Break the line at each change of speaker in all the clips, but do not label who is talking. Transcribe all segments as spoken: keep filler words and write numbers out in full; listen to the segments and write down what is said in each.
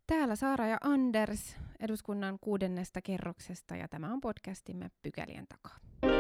Täällä Saara ja Anders eduskunnan kuudennesta kerroksesta ja tämä on podcastimme Pykälien takaa.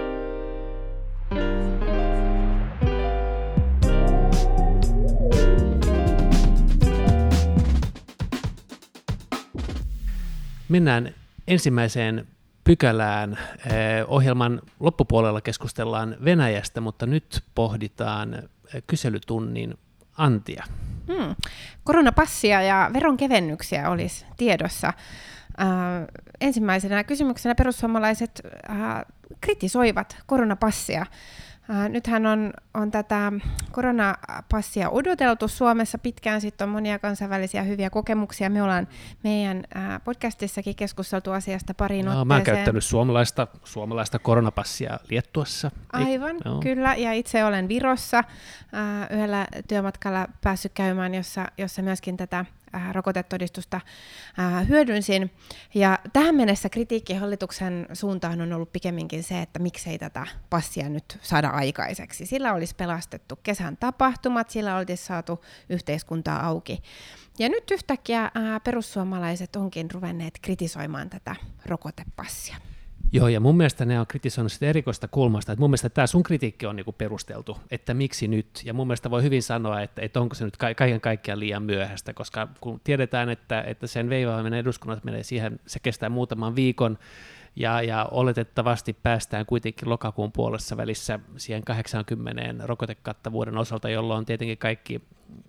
Mennään ensimmäiseen pykälään. Ohjelman loppupuolella keskustellaan Venäjästä, mutta nyt pohditaan kyselytunnin antia.
Hmm. Koronapassia ja veronkevennyksiä olisi tiedossa. Äh, ensimmäisenä kysymyksenä perussuomalaiset äh, kritisoivat koronapassia. Äh, nythän on, on tätä koronapassia odoteltu Suomessa pitkään, sitten on monia kansainvälisiä hyviä kokemuksia. Me ollaan meidän äh, podcastissakin keskusteltu asiasta pariin
no,
otteeseen.
Mä oon käyttänyt suomalaista, suomalaista koronapassia Liettuassa.
Aivan, no. Kyllä. Ja itse olen Virossa äh, yhdellä työmatkalla päässyt käymään, jossa, jossa myöskin tätä äh, rokotetodistusta äh, hyödynsin. Ja tähän mennessä kritiikki hallituksen suuntaan on ollut pikemminkin se, että miksei tätä passia nyt saada aikaiseksi. Sillä olisi pelastettu kesän tapahtumat, sillä olisi saatu yhteiskuntaa auki. Ja nyt yhtäkkiä ää, perussuomalaiset onkin ruvenneet kritisoimaan tätä rokotepassia.
Joo, ja mun mielestä ne on kritisoinut sitä erikoista kulmasta, että mun mielestä tämä sun kritiikki on niinku perusteltu, että miksi nyt, ja mun mielestä voi hyvin sanoa, että, että onko se nyt ka- kaiken kaikkiaan liian myöhäistä, koska kun tiedetään, että, että sen veivaaminen eduskunnat menee siihen, se kestää muutaman viikon, Ja, ja oletettavasti päästään kuitenkin lokakuun puolessa välissä siihen kahdeksankymmentä rokotekattavuuden osalta, jolloin tietenkin kaikki,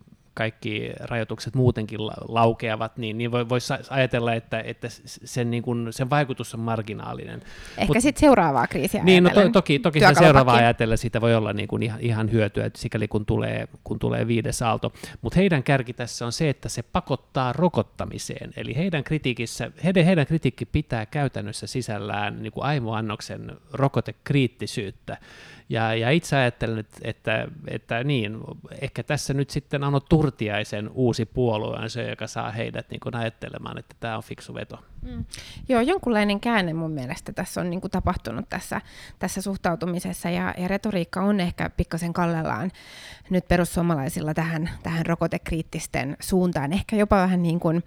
kaikki rajoitukset muutenkin laukeavat, niin, niin voi, voisi ajatella, että, että sen, niin kuin, sen vaikutus on marginaalinen.
Ehkä sitten seuraavaa kriisiä
niin,
ajatellen.
No to, toki toki sen seuraavaa ajatellen siitä voi olla niin kuin ihan, ihan hyötyä, sikäli kun tulee, kun tulee viides aalto. Mutta heidän kärki tässä on se, että se pakottaa rokottamiseen. Eli heidän, kritiikissä, heidän, heidän kritiikki pitää käytännössä sisällään niin kuin aimoannoksen rokotekriittisyyttä. Ja, ja itse ajattelen, että, että, että niin, ehkä tässä nyt sitten Ano Turtiaisen uusi puolue on se, joka saa heidät niin kuin ajattelemaan, että tämä on fiksu veto.
Mm. Joo, jonkunlainen käänne mun mielestä tässä on niin kuin tapahtunut tässä, tässä suhtautumisessa, ja, ja retoriikka on ehkä pikkasen kallellaan nyt perussuomalaisilla tähän, tähän rokotekriittisten suuntaan. Ehkä jopa vähän niin kuin,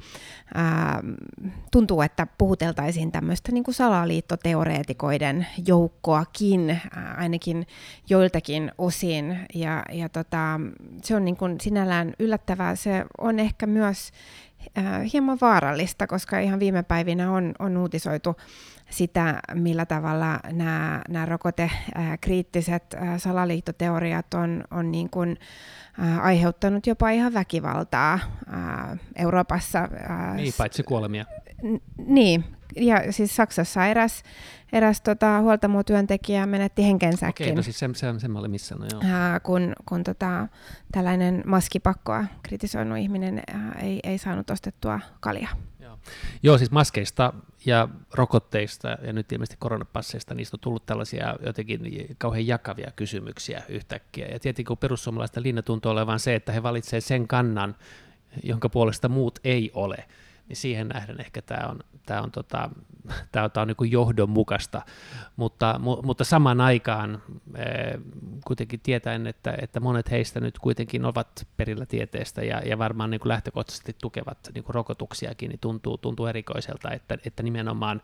ää, tuntuu, että puhuteltaisiin tämmöistä niin kuin salaliittoteoreetikoiden joukkoakin, ää, ainakin joiltakin osin, ja, ja tota, se on niin kuin sinällään yllättävää. Se on ehkä myös Äh, hieman vaarallista, koska ihan viime päivinä on, on uutisoitu sitä, millä tavalla nämä, nämä rokotekriittiset äh, salaliittoteoriat on, on niin kuin, äh, aiheuttanut jopa ihan väkivaltaa äh, Euroopassa. Äh,
niin, paitsi kuolemia.
N- niin, ja siis Saksassa eräs, eräs tota, huoltamotyöntekijä menetti henkensäkin.
Okei, no siis sen, sen, sen mä olin missannut, joo.
Ää, kun kun tota, tällainen maskipakkoa kritisoinut ihminen ää, ei, ei saanut ostettua kaljaa.
Joo. joo, siis maskeista ja rokotteista ja nyt ilmeisesti koronapasseista, niistä on tullut tällaisia jotenkin kauhean jakavia kysymyksiä yhtäkkiä. Ja tietenkin kun perussuomalaisten linja tuntuu olevan se, että he valitsevat sen kannan, jonka puolesta muut ei ole, niin siihen nähden ehkä tämä on, tämä on, tota, tämä on, tämä on niin kuin johdonmukaista, mutta, mu, mutta samaan aikaan e, kuitenkin tietäen, että, että monet heistä nyt kuitenkin ovat perillä tieteestä ja, ja varmaan niin kuin lähtökohtaisesti tukevat niin kuin rokotuksiakin, niin tuntuu, tuntuu erikoiselta, että, että nimenomaan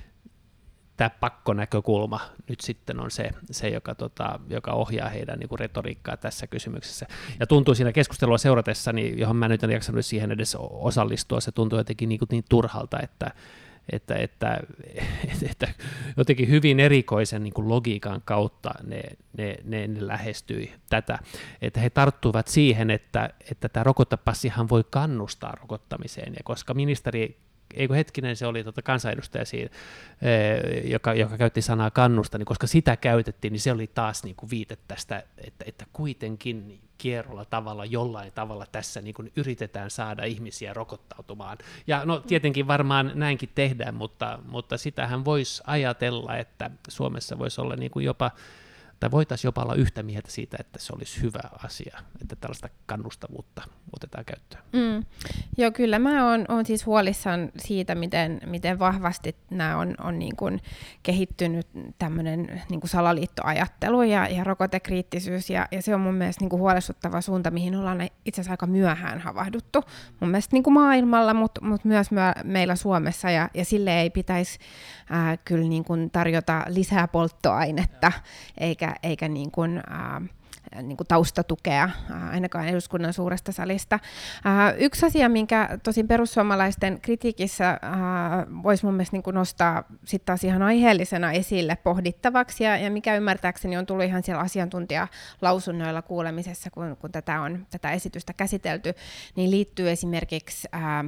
tämä pakkonäkökulma nyt sitten on se, se joka, tota, joka ohjaa heidän niin kuin retoriikkaa tässä kysymyksessä. Ja tuntuu siinä keskustelua seuratessani, johon mä nyt en jaksanut siihen edes osallistua, se tuntuu jotenkin niin, kuin niin turhalta, että, että, että, että, että jotenkin hyvin erikoisen niin kuin logiikan kautta ne, ne, ne, ne lähestyi tätä, että he tarttuivat siihen, että, että tämä rokotepassihan voi kannustaa rokottamiseen, ja koska ministeri eikö hetkinen, se oli tota kansanedustaja siinä, joka, joka käytti sanaa kannusta, niin koska sitä käytettiin, niin se oli taas niin kuin viite tästä, että, että kuitenkin kierrolla tavalla, jollain tavalla tässä niin kuin yritetään saada ihmisiä rokottautumaan. Ja no tietenkin varmaan näinkin tehdään, mutta, mutta sitähän voisi ajatella, että Suomessa voisi olla niin kuin jopa tai voitaisiin jopa olla yhtä mieltä siitä, että se olisi hyvä asia, että tällaista kannustavuutta otetaan käyttöön.
Mm. Joo, kyllä mä oon, oon siis huolissaan siitä, miten, miten vahvasti nämä on, on niin kuin kehittynyt tämmöinen niin kuin salaliittoajattelu ja, ja rokotekriittisyys, ja, ja se on mun mielestä niin kuin huolestuttava suunta, mihin ollaan itse asiassa aika myöhään havahduttu mun mielestä niin kuin maailmalla, mutta mut myös myö, meillä Suomessa, ja, ja sille ei pitäisi ää, kyllä niin kuin tarjota lisää polttoainetta, eikä, eikä niin kuin, ää, niin kuin taustatukea, ainakaan eduskunnan suuresta salista. Yksi asia, minkä tosin perussuomalaisten kritiikissä voisi mun mielestä niin kuin nostaa sitten taas ihan aiheellisena esille pohdittavaksi, ja, ja mikä ymmärtääkseni on tullut ihan siellä asiantuntijalausunnoilla kuulemisessa, kun, kun tätä on tätä esitystä käsitelty, niin liittyy esimerkiksi ää,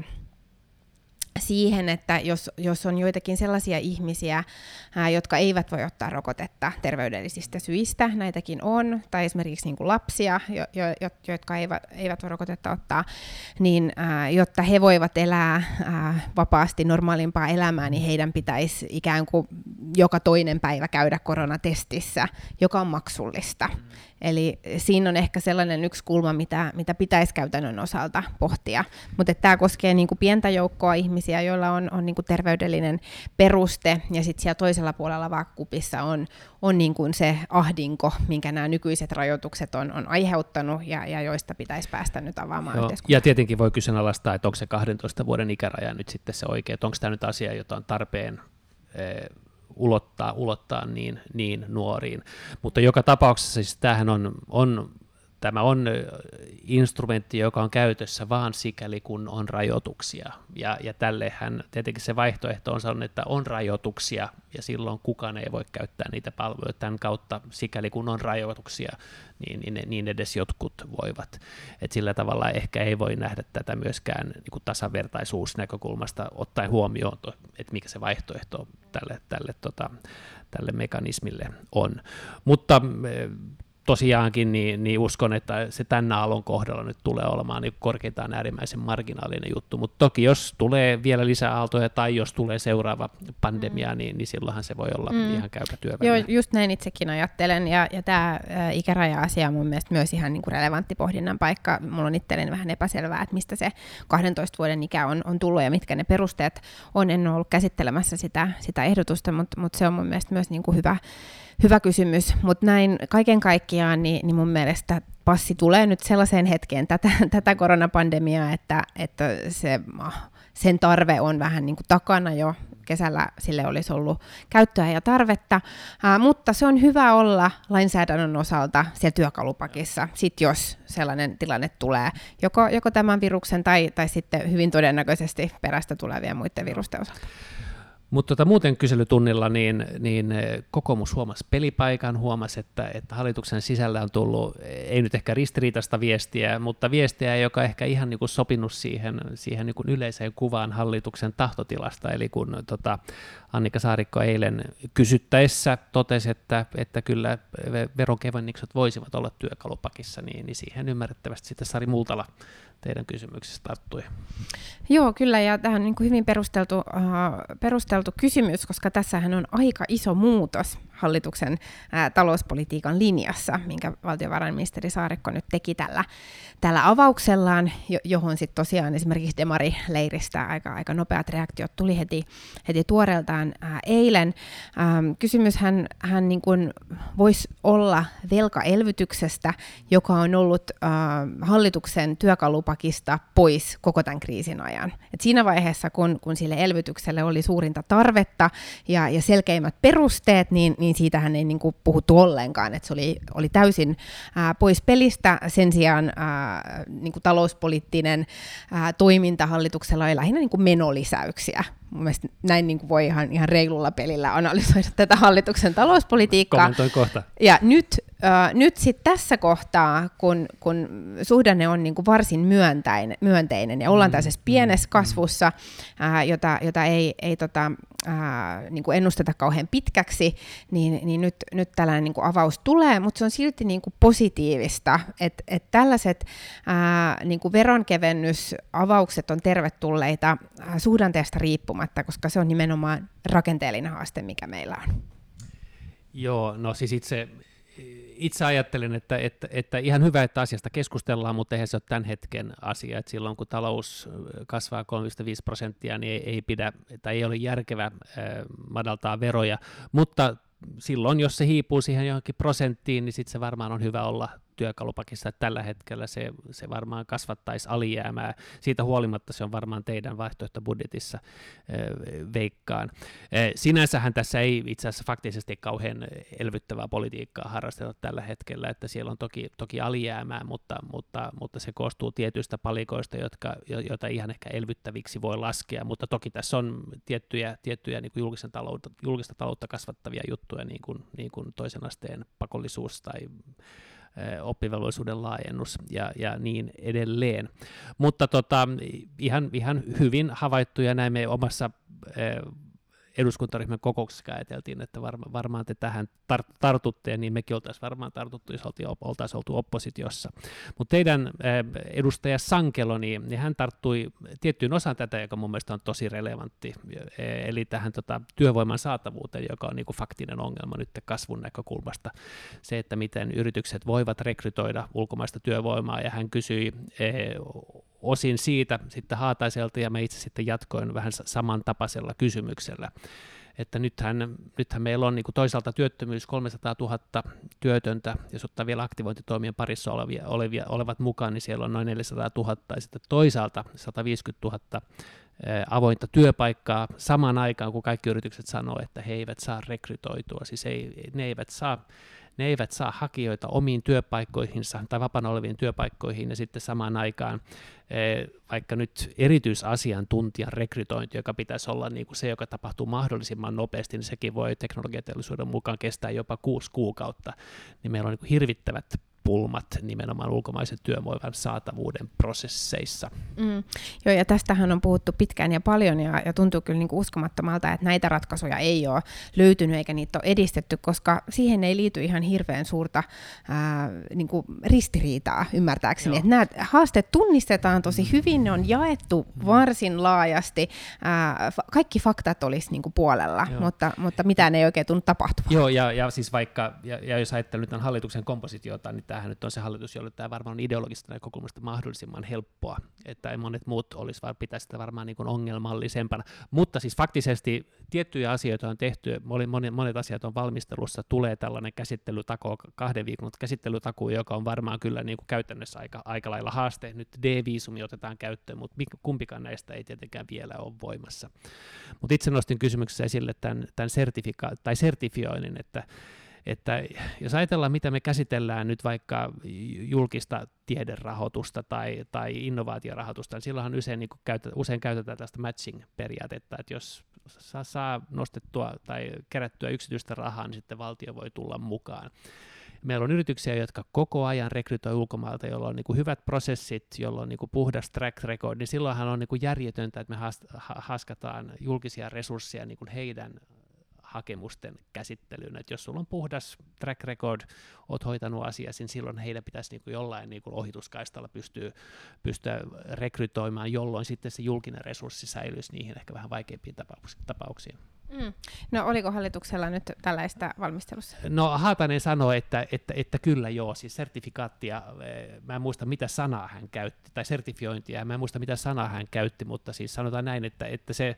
siihen, että jos, jos on joitakin sellaisia ihmisiä, ää, jotka eivät voi ottaa rokotetta terveydellisistä syistä, näitäkin on, tai esimerkiksi niin kuin lapsia, jo, jo, jotka eivät, eivät voi rokotetta ottaa, niin ää, jotta he voivat elää ää, vapaasti normaalimpaa elämää, niin heidän pitäisi ikään kuin joka toinen päivä käydä koronatestissä, joka on maksullista. Mm. Eli siinä on ehkä sellainen yksi kulma, mitä, mitä pitäisi käytännön osalta pohtia. Mutta tämä koskee niinku pientä joukkoa ihmisiä, joilla on, on niinku terveydellinen peruste, ja sitten siellä toisella puolella vaakakupissa on, on niinku se ahdinko, minkä nämä nykyiset rajoitukset on, on aiheuttanut, ja, ja joista pitäisi päästä nyt avaamaan yhteiskuntaa.
Ja tietenkin voi kyseenalaistaa, että onko se kahdentoista vuoden ikäraja nyt sitten se oikea, että onko tämä nyt asia, jota on tarpeen eh, ulottaa, ulottaa niin, niin nuoriin. Mutta joka tapauksessa siis tämähän on, on, tämä on instrumentti, joka on käytössä vaan sikäli, kun on rajoituksia. Ja, ja tällehän tietenkin se vaihtoehto on sellainen, että on rajoituksia, ja silloin kukaan ei voi käyttää niitä palveluja tämän kautta, sikäli kun on rajoituksia, niin, niin, niin edes jotkut voivat. Et sillä tavalla ehkä ei voi nähdä tätä myöskään niin kuin tasavertaisuusnäkökulmasta ottaen huomioon, että mikä se vaihtoehto tälle, tälle, tota, tälle mekanismille on. Mutta tosiaankin niin, niin uskon, että se tämän aallon kohdalla nyt tulee olemaan niin korkeintaan äärimmäisen marginaalinen juttu, mutta toki jos tulee vielä lisää aaltoja tai jos tulee seuraava pandemia, mm. niin, niin silloinhan se voi olla mm. ihan käypä työväline.
Joo, just näin itsekin ajattelen, ja, ja tämä ikäraja-asia on mun mielestä myös ihan niin kuin relevantti pohdinnan paikka. Mulla on itselleni vähän epäselvää, että mistä se kahdentoista vuoden ikä on, on tullut ja mitkä ne perusteet on. En ole ollut käsittelemässä sitä, sitä ehdotusta, mutta, mutta se on mun mielestä myös niin kuin hyvä, Hyvä kysymys, mutta näin kaiken kaikkiaan, niin, niin mun mielestä passi tulee nyt sellaiseen hetkeen tätä, tätä koronapandemiaa, että, että se, sen tarve on vähän niin kuin takana jo. Kesällä sille olisi ollut käyttöä ja tarvetta, ää, mutta se on hyvä olla lainsäädännön osalta siellä työkalupakissa, sit jos sellainen tilanne tulee, joko, joko tämän viruksen tai, tai sitten hyvin todennäköisesti perästä tulevien muiden virusten osalta.
Mutta tota, muuten kyselytunnilla niin, niin kokoomus huomasi pelipaikan, huomasi, että, että hallituksen sisällä on tullut, ei nyt ehkä ristiriitaista viestiä, mutta viestiä, joka ehkä ihan niin kuin sopinut siihen, siihen niin kuin yleiseen kuvaan hallituksen tahtotilasta. Eli kun tota, Annika Saarikko eilen kysyttäessä totesi, että, että kyllä veronkevennykset voisivat olla työkalupakissa, niin, niin siihen ymmärrettävästi sitten Sari Multala teidän kysymyksestä tarttui.
Joo, kyllä, ja tämä on niin kuin hyvin perusteltu, uh, perusteltu kysymys, koska tässähän on aika iso muutos hallituksen ää, talouspolitiikan linjassa, minkä valtiovarainministeri Saarikko nyt teki tällä, tällä avauksellaan, jo, johon sitten tosiaan esimerkiksi Demari-leiristä aika, aika nopeat reaktiot tuli heti, heti tuoreeltaan ää, eilen. Ähm, kysymys hän, hän niin kuin voisi olla velkaelvytyksestä, joka on ollut äh, hallituksen työkalupakista pois koko tämän kriisin ajan. Et siinä vaiheessa, kun, kun sille elvytykselle oli suurinta tarvetta ja, ja selkeimmät perusteet, niin, niin siitähän ei niin kuin puhuttu ollenkaan, että se oli, oli täysin ää, pois pelistä. Sen sijaan ää, niin kuin talouspoliittinen ää, toiminta hallituksella oli lähinnä niin kuin menolisäyksiä. Mun mielestä näin niin kuin voi ihan, ihan reilulla pelillä analysoida tätä hallituksen talouspolitiikkaa.
Kommentoin kohta.
Ja nyt, äh, nyt sitten tässä kohtaa, kun, kun suhdanne on niin kuin varsin myönteinen, myönteinen ja ollaan mm. tällaisessa pienessä kasvussa, äh, jota, jota ei, ei tota, äh, niin kuin ennusteta kauhean pitkäksi, niin, niin nyt, nyt tällainen niin kuin avaus tulee, mutta se on silti niin kuin positiivista, että et tällaiset äh, niin kuin veronkevennysavaukset on tervetulleita äh, suhdanteesta riippumatta, koska se on nimenomaan rakenteellinen haaste, mikä meillä on.
Joo, no siis itse, itse ajattelen, että, että, että ihan hyvä, että asiasta keskustellaan, mutta eihän se ole tämän hetken asia, että silloin kun talous kasvaa kolme pilkku viisi prosenttia, niin ei, ei pidä, tai ei ole järkevä madaltaa veroja, mutta silloin, jos se hiipuu siihen johonkin prosenttiin, niin sitten se varmaan on hyvä olla työkalupakissa, että tällä hetkellä se, se varmaan kasvattaisi alijäämää. Siitä huolimatta se on varmaan teidän vaihtoehtobudjetissa veikkaan. Sinänsähän tässä ei itse asiassa faktisesti kauhean elvyttävää politiikkaa harrasteta tällä hetkellä, että siellä on toki, toki alijäämää, mutta, mutta, mutta se koostuu tietyistä palikoista, jotka, joita ihan ehkä elvyttäviksi voi laskea, mutta toki tässä on tiettyjä, tiettyjä niin kuin julkisen taloutta, julkista taloutta kasvattavia juttuja, niin kuin, niin kuin toisen asteen pakollisuus tai oppivelvollisuuden laajennus ja, ja niin edelleen. Mutta tota, ihan, ihan hyvin havaittuja näin me omassa eduskuntaryhmän kokouksessa ajateltiin, että varma, varmaan te tähän tar- tartutte, niin mekin oltaisiin varmaan tartuttu, jos oltaisiin oltu oppositiossa. Mutta teidän äh, edustaja Sankelo, niin, niin hän tarttui tiettyyn osaan tätä, joka mun mielestä on tosi relevantti, eli tähän tota, työvoiman saatavuuteen, joka on niinku faktinen ongelma nyt kasvun näkökulmasta. Se, että miten yritykset voivat rekrytoida ulkomaista työvoimaa, ja hän kysyi äh, osin siitä sitten Haataiselta, ja mä itse sitten jatkoin vähän samantapaisella kysymyksellä, että nythän, nythän meillä on niin kuin toisaalta työttömyys kolmesataatuhatta työtöntä, jos ottaa vielä aktivointitoimien parissa olevia, olevia, olevat mukaan, niin siellä on noin neljäsataatuhatta, ja sitten toisaalta sataviisikymmentätuhatta avointa työpaikkaa samaan aikaan, kun kaikki yritykset sanoo, että he eivät saa rekrytoitua, siis ei, ne, eivät saa, ne eivät saa hakijoita omiin työpaikkoihinsa tai vapaana oleviin työpaikkoihin, ja sitten samaan aikaan vaikka nyt erityisasiantuntijan rekrytointi, joka pitäisi olla niin kuin se, joka tapahtuu mahdollisimman nopeasti, niin sekin voi teknologiateollisuuden mukaan kestää jopa kuusi kuukautta, niin meillä on niin kuin hirvittävät pulmat nimenomaan ulkomaisen työvoiman saatavuuden prosesseissa.
Mm. Joo, ja tästähän on puhuttu pitkään ja paljon, ja, ja tuntuu kyllä niin kuin uskomattomalta, että näitä ratkaisuja ei ole löytynyt eikä niitä ole edistetty, koska siihen ei liity ihan hirveän suurta ää, niin kuin ristiriitaa, ymmärtääkseni. Että nämä haasteet tunnistetaan tosi hyvin, ne on jaettu varsin laajasti, ää, kaikki faktat olisi niin kuin puolella, mutta, mutta mitään ei oikein tunnu tapahtumaan.
Joo, ja, ja siis vaikka, ja, ja jos ajattelee nyt on hallituksen kompositiota, niin tämähän nyt on se hallitus, jolle tämä varmaan on ideologista näkökulmasta mahdollisimman helppoa, että monet muut olisi vaan pitäisi sitä varmaan niin kuin ongelmallisempana. Mutta siis faktisesti tiettyjä asioita on tehty, monet, monet asiat on valmistelussa, tulee tällainen käsittelytakuu, kahden viikon käsittelytakuu, joka on varmaan kyllä niin kuin käytännössä aika, aika lailla haaste. Nyt D-viisumi otetaan käyttöön, mutta kumpikaan näistä ei tietenkään vielä ole voimassa. Mutta itse nostin kysymyksessä esille tämän, tämän sertifika- tai sertifioinnin, että että jos ajatellaan, mitä me käsitellään nyt vaikka julkista tiederahoitusta tai, tai innovaatiorahoitusta, niin silloinhan usein, niin käytä, usein käytetään tästä matching-periaatetta, että jos saa, saa nostettua tai kerättyä yksityistä rahaa, niin sitten valtio voi tulla mukaan. Meillä on yrityksiä, jotka koko ajan rekrytoi ulkomailta, joilla on niin kuin hyvät prosessit, jolla on niin kuin puhdas track record, niin silloinhan on niin kuin järjetöntä, että me haaskataan julkisia resursseja niin kuin heidän hakemusten käsittelyyn, että jos sulla on puhdas track record, oot hoitanut asiasi, niin silloin heidän pitäisi niin kuin jollain niin kuin ohituskaistalla pystyä, pystyä rekrytoimaan, jolloin sitten se julkinen resurssi säilyisi niihin ehkä vähän vaikeimpiin tapauksiin.
Mm. No oliko hallituksella nyt tällaista valmistelussa?
No Haatainen sanoi, että, että, että kyllä joo, siis sertifikaattia, mä en muista mitä sanaa hän käytti, tai sertifiointia, mä en muista mitä sanaa hän käytti, mutta siis sanotaan näin, että, että se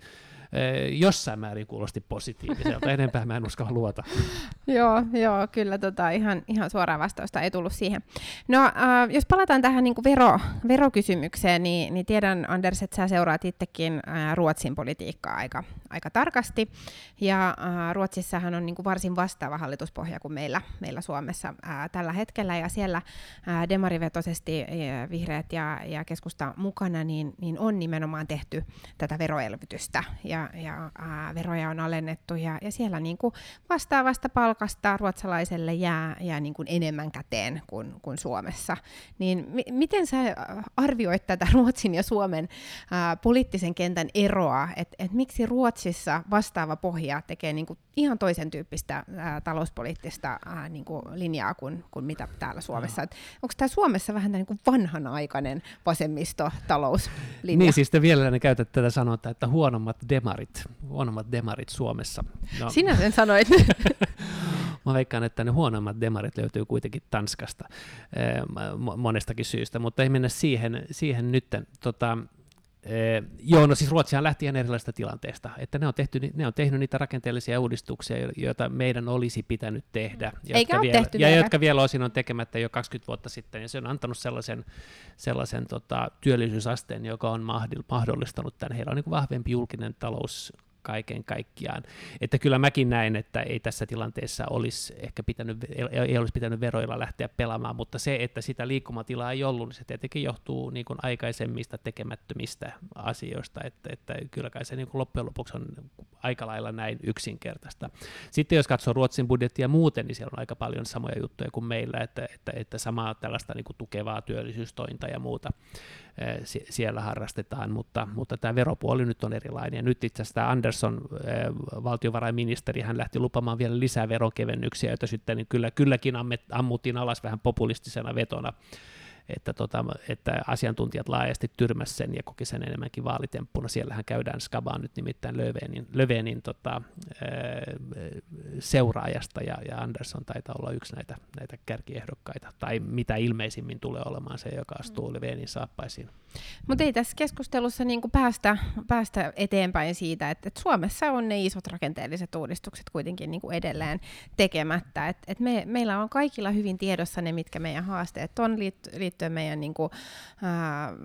jossain määrin kuulosti positiiviselta, enempää mä en uskalla luota.
Joo, joo, kyllä tota, ihan, ihan suoraa vastausta ei tullut siihen. No äh, jos palataan tähän niin kuin vero, verokysymykseen, niin, niin tiedän Anders, että sä seuraat itsekin äh, Ruotsin politiikkaa aika, aika tarkasti, ja äh, Ruotsissahan on niin kuin varsin vastaava hallituspohja kuin meillä, meillä Suomessa äh, tällä hetkellä, ja siellä äh, demarivetoisesti äh, vihreät ja, ja keskusta mukana, niin, niin on nimenomaan tehty tätä veroelvytystä, ja, ja äh, veroja on alennettu, ja, ja siellä niin kuin vastaavasta palkasta ruotsalaiselle jää, jää niin kuin enemmän käteen kuin, kuin Suomessa. Niin mi- miten sä arvioit tätä Ruotsin ja Suomen äh, poliittisen kentän eroa, että et miksi Ruotsissa vastaava pohja tekee niin kuin ihan toisen tyyppistä äh, talouspoliittista äh, niin kuin linjaa kuin, kuin mitä täällä Suomessa? No. Onko tämä Suomessa vähän niin kuin vanhanaikainen vasemmistotalouslinja?
Niin, siis te vielä käytät tätä sanontaa, että huonommat demarit, huonommat demarit Suomessa. No.
Sinä sen sanoit.
mä veikkaan, että ne huonommat demarit löytyy kuitenkin Tanskasta monestakin syystä, mutta ei mennä siihen, siihen nyt. Tota, Eh, joo, no siis Ruotsihan lähti ihan erilaisesta tilanteesta, että ne on, tehty, ne on tehnyt niitä rakenteellisia uudistuksia, joita meidän olisi pitänyt tehdä,
Eikä
jotka vielä,
tehty
ja
vielä.
jotka vielä osin on tekemättä jo kaksikymmentä vuotta sitten, ja se on antanut sellaisen, sellaisen tota, työllisyysasteen, joka on mahdollistanut tämän. Heillä on niin kuin vahvempi julkinen talous kaiken kaikkiaan. Että kyllä mäkin näen, että ei tässä tilanteessa olisi ehkä pitänyt, ei olisi pitänyt veroilla lähteä pelaamaan, mutta se, että sitä liikkumatilaa ei ollut, niin se tietenkin johtuu niin kuin aikaisemmista tekemättömistä asioista, että, että kyllä kai se niin kuin loppujen lopuksi on aika lailla näin yksinkertaista. Sitten jos katsoo Ruotsin budjettia muuten, niin siellä on aika paljon samoja juttuja kuin meillä, että, että, että samaa tällaista niin kuin tukevaa työllisyystointa ja muuta siellä harrastetaan, mutta, mutta tämä veropuoli nyt on erilainen. Ja nyt itse asiassa tämä Andersson, valtiovarainministeri, hän lähti lupamaan vielä lisää veronkevennyksiä, joita sitten niin kyllä, kylläkin ammuttiin alas vähän populistisena vetona, että, tota, että asiantuntijat laajasti tyrmäsivät sen ja koki sen enemmänkin vaalitemppuna. Siellähän käydään skabaan nyt nimittäin Löfvenin, Löfvenin tota, seuraajasta, ja, ja Andersson taitaa olla yksi näitä, näitä kärkiehdokkaita, tai mitä ilmeisimmin tulee olemaan se, joka astuu Löfvenin saappaisiin.
Mutta ei tässä keskustelussa niinku päästä, päästä eteenpäin siitä, että et Suomessa on ne isot rakenteelliset uudistukset kuitenkin niinku edelleen tekemättä. Et, et me, meillä on kaikilla hyvin tiedossa ne, mitkä meidän haasteet on liittyen meidän niinku, ää,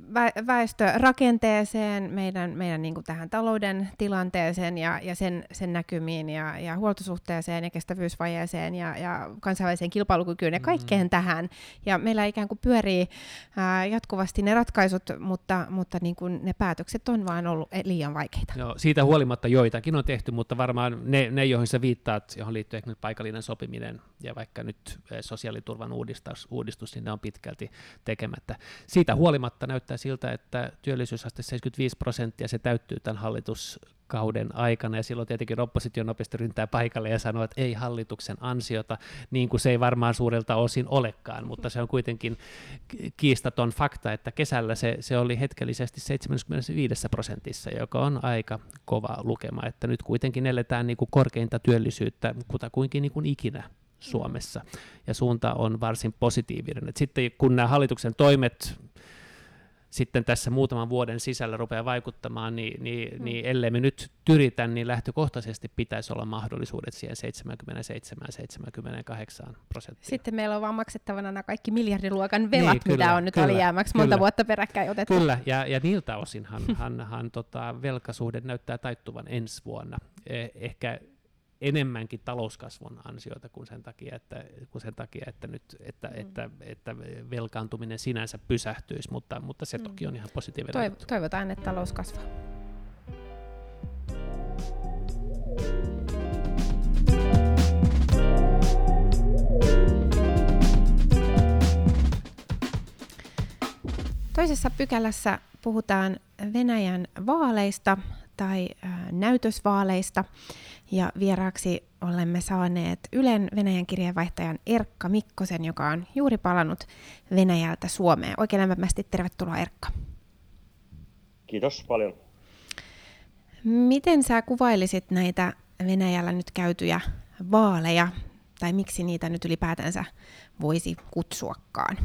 väestörakenteeseen, meidän, meidän niinku tähän talouden tilanteeseen ja, ja sen, sen näkymiin ja, ja huoltosuhteeseen ja kestävyysvajeeseen ja, ja kansainväliseen kilpailukykyyn ja kaikkeen mm-hmm. tähän. Ja meillä ikään kuin pyörii ää, jatkuvasti ne ratkaisut, mutta, mutta niin kuin ne päätökset on vaan ollut liian vaikeita.
Joo, siitä huolimatta joitakin on tehty, mutta varmaan ne, ne joihin sä viittaat, johon liittyy ehkä nyt paikallinen sopiminen ja vaikka nyt sosiaaliturvan uudistus, uudistus, niin ne on pitkälti tekemättä. Siitä huolimatta näyttää siltä, että työllisyysaste seitsemänkymmentäviisi prosenttia, se täyttyy tämän hallituskauden aikana, ja silloin tietenkin oppositio nopeasti ryntää paikalle ja sanoo, että ei hallituksen ansiota, niin kuin se ei varmaan suurelta osin olekaan, mutta se on kuitenkin kiistaton fakta, että kesällä se, se oli hetkellisesti seitsemänkymmentäviisi prosentissa, joka on aika kova lukema, että nyt kuitenkin eletään niin kuin korkeinta työllisyyttä kutakuinkin niin kuin ikinä Suomessa, ja suunta on varsin positiivinen. Et sitten kun nämä hallituksen toimet sitten tässä muutaman vuoden sisällä rupeaa vaikuttamaan, niin, niin, mm. niin ellei me nyt tyritä, niin lähtökohtaisesti pitäisi olla mahdollisuudet siihen seitsemänkymmentäseitsemän seitsemänkymmentäkahdeksan prosenttia.
Sitten meillä on vaan maksettavana nämä kaikki miljardiluokan velat, niin, kyllä, mitä on nyt
kyllä,
alijäämäksi monta kyllä. vuotta peräkkäin otettu.
Kyllä, ja, ja niiltä osinhan han, han, tota, velkasuhde näyttää taittuvan ensi vuonna. Eh, ehkä enemmänkin talouskasvun ansiota kuin sen takia, että, kuin sen takia, että, nyt, että, mm. että, että velkaantuminen sinänsä pysähtyisi, mutta, mutta se toki on ihan positiivinen.
Toiv- toivotaan, että talous kasvaa. Toisessa pykälässä puhutaan Venäjän vaaleista tai äh, näytösvaaleista, ja vieraaksi olemme saaneet Ylen Venäjän kirjeenvaihtajan Erkka Mikkosen, joka on juuri palannut Venäjältä Suomeen. Oikein lämpimästi tervetuloa, Erkka.
Kiitos paljon.
Miten sä kuvailisit näitä Venäjällä nyt käytyjä vaaleja, tai miksi niitä nyt ylipäätänsä voisi kutsuakaan?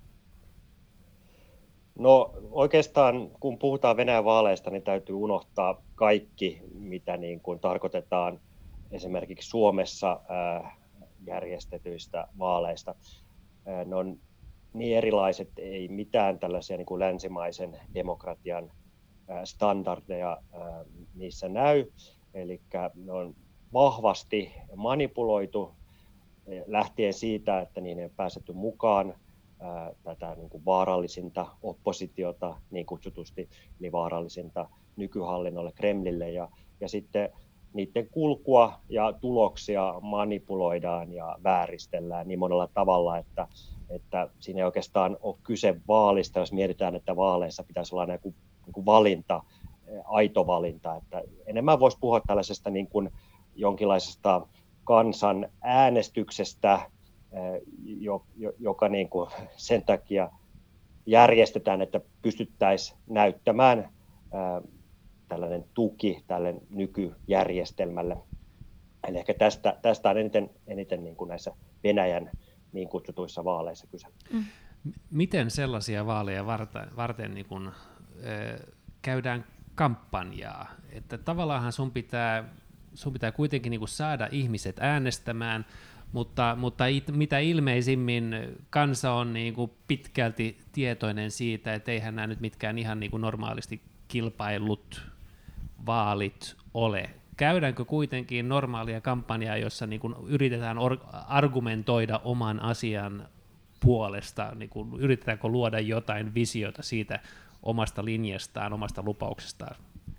No oikeastaan, kun puhutaan Venäjän vaaleista, niin täytyy unohtaa kaikki, mitä niin kuin tarkoitetaan esimerkiksi Suomessa ää, järjestetyistä vaaleista. Ää, ne on niin erilaiset, ei mitään tällaisia niin kuin länsimaisen demokratian ää, standardeja ää, niissä näy. Eli ne on vahvasti manipuloitu lähtien siitä, että niin ei päästetty mukaan tätä niin kuin vaarallisinta oppositiota, niin kutsutusti, eli vaarallisinta nykyhallinnolle, Kremlille, ja, ja sitten niiden kulkua ja tuloksia manipuloidaan ja vääristellään niin monella tavalla, että, että siinä ei oikeastaan ole kyse vaalista, jos mietitään, että vaaleissa pitäisi olla niin kuin valinta, aito valinta, että enemmän voisi puhua tällaisesta niin kuin jonkinlaisesta kansan äänestyksestä, joka niin kuin sen takia järjestetään, että pystyttäisiin näyttämään tällainen tuki tälle nykyjärjestelmälle. Eli ehkä tästä, tästä on eniten, eniten niin kuin näissä Venäjän niin kutsutuissa vaaleissa kyse.
Mm. Miten sellaisia vaaleja varten, varten niin kun, äh, käydään kampanjaa? Että tavallaanhan sun pitää, sun pitää kuitenkin niin kun saada ihmiset äänestämään, mutta, mutta it, mitä ilmeisimmin kansa on niin kun pitkälti tietoinen siitä, että eihän nämä nyt mitkään ihan niin kun normaalisti kilpaillut vaalit ole. Käydäänkö kuitenkin normaalia kampanjaa, jossa niin kun yritetään or- argumentoida oman asian puolesta, niin kun yritetäänkö luoda jotain visiota siitä omasta linjastaan, omasta lupauksestaan?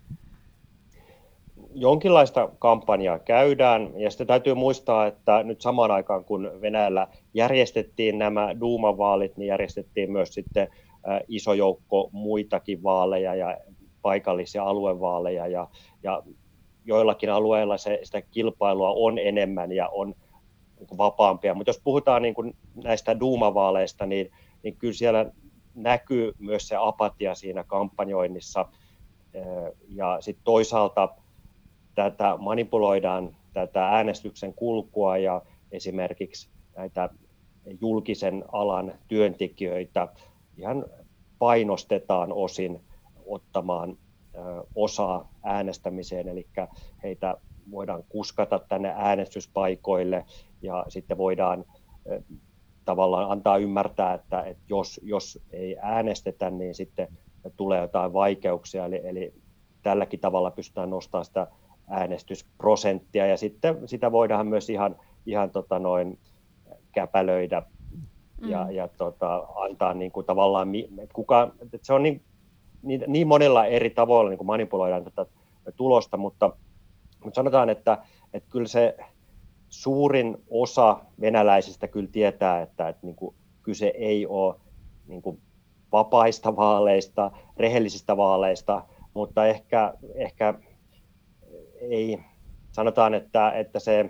Jonkinlaista kampanjaa käydään, ja sitten täytyy muistaa, että nyt samaan aikaan kun Venäjällä järjestettiin nämä Duuma-vaalit, niin järjestettiin myös sitten iso joukko muitakin vaaleja ja paikallisia aluevaaleja, ja, ja joillakin alueilla se, sitä kilpailua on enemmän ja on niin vapaampia. Mutta jos puhutaan niin kuin näistä Duuma-vaaleista, niin, niin kyllä siellä näkyy myös se apatia siinä kampanjoinnissa. Ja sitten toisaalta tätä manipuloidaan tätä äänestyksen kulkua ja esimerkiksi näitä julkisen alan työntekijöitä ihan painostetaan osin ottamaan osaa äänestämiseen, eli heitä voidaan kuskata tänne äänestyspaikoille ja sitten voidaan tavallaan antaa ymmärtää, että, että jos, jos ei äänestetä, niin sitten tulee jotain vaikeuksia, eli, eli tälläkin tavalla pystytään nostamaan sitä äänestysprosenttia ja sitten sitä voidaan myös ihan, ihan tota noin käpälöidä ja, mm. ja tota, antaa niin kuin tavallaan, kuka, että se on niin, niin, niin monella eri tavoilla niin kuin manipuloidaan tätä tulosta, mutta, mutta sanotaan, että, että kyllä se suurin osa venäläisistä kyllä tietää, että, että niin kuin kyse ei ole niin kuin vapaista vaaleista, rehellisistä vaaleista, mutta ehkä, ehkä ei, sanotaan, että, että se,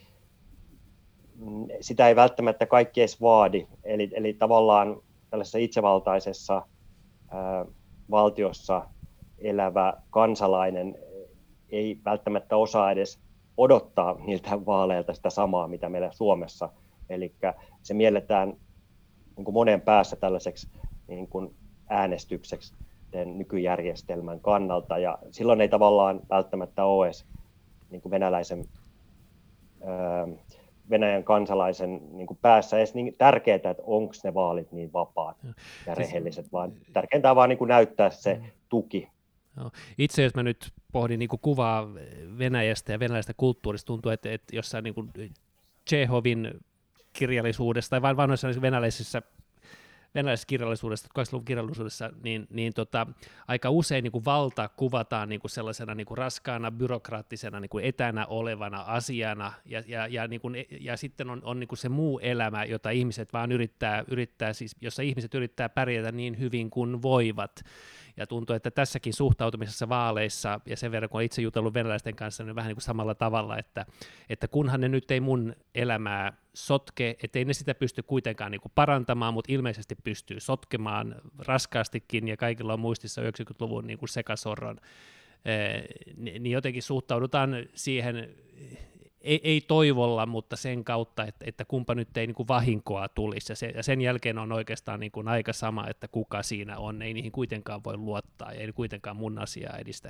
sitä ei välttämättä kaikki edes vaadi. Eli, eli tavallaan tällaisessa itsevaltaisessa ää, valtiossa elävä kansalainen ei välttämättä osaa edes odottaa niiltä vaaleilta sitä samaa, mitä meillä Suomessa. Eli se mielletään niin kuin monen päässä tällaiseksi niin kuin äänestykseksi nykyjärjestelmän kannalta, ja silloin ei tavallaan välttämättä ole edes niin kuin venäläisen, ää, Venäjän kansalaisen niin kuin päässä edes niin tärkeää, että onko ne vaalit niin vapaat ja, ja rehelliset, vaan tärkeintä on vaan niin kuin näyttää se tuki.
No. Itse jos mä nyt pohdin niin kuin kuvaa Venäjästä ja venäläistä kulttuurista, tuntuu, että, että jossain niin kuin Tšehovin kirjallisuudessa tai vain vanhoissa venäläisissä venäläisessä kirjallisuudessa, kaksikymmentäluvun kirjallisuudessa, niin, niin tota, aika usein niin kuin valta kuvataan niin kuin sellaisena niin kuin raskaana, byrokraattisena, niin kuin etänä olevana asiana, ja, ja, ja, niin kuin, ja sitten on, on niin kuin se muu elämä, jota ihmiset vaan yrittää, yrittää siis, jossa ihmiset yrittää pärjätä niin hyvin kuin voivat. Ja tuntuu, että tässäkin suhtautumisessa vaaleissa, ja sen verran kun olen itse jutellut venäläisten kanssa, niin vähän niin kuin samalla tavalla, että, että kunhan ne nyt ei mun elämää sotke, ettei ne sitä pysty kuitenkaan niin kuin parantamaan, mutta ilmeisesti pystyy sotkemaan raskaastikin, ja kaikilla on muistissa yhdeksänkymmentäluvun niin kuin sekasorron, niin jotenkin suhtaudutaan siihen, ei, ei toivolla, mutta sen kautta, että, että kumpa nyt ei niin kuin vahinkoa tulisi, ja, se, ja sen jälkeen on oikeastaan niin kuin aika sama, että kuka siinä on, ei niihin kuitenkaan voi luottaa, ja ei kuitenkaan mun asiaa edistä.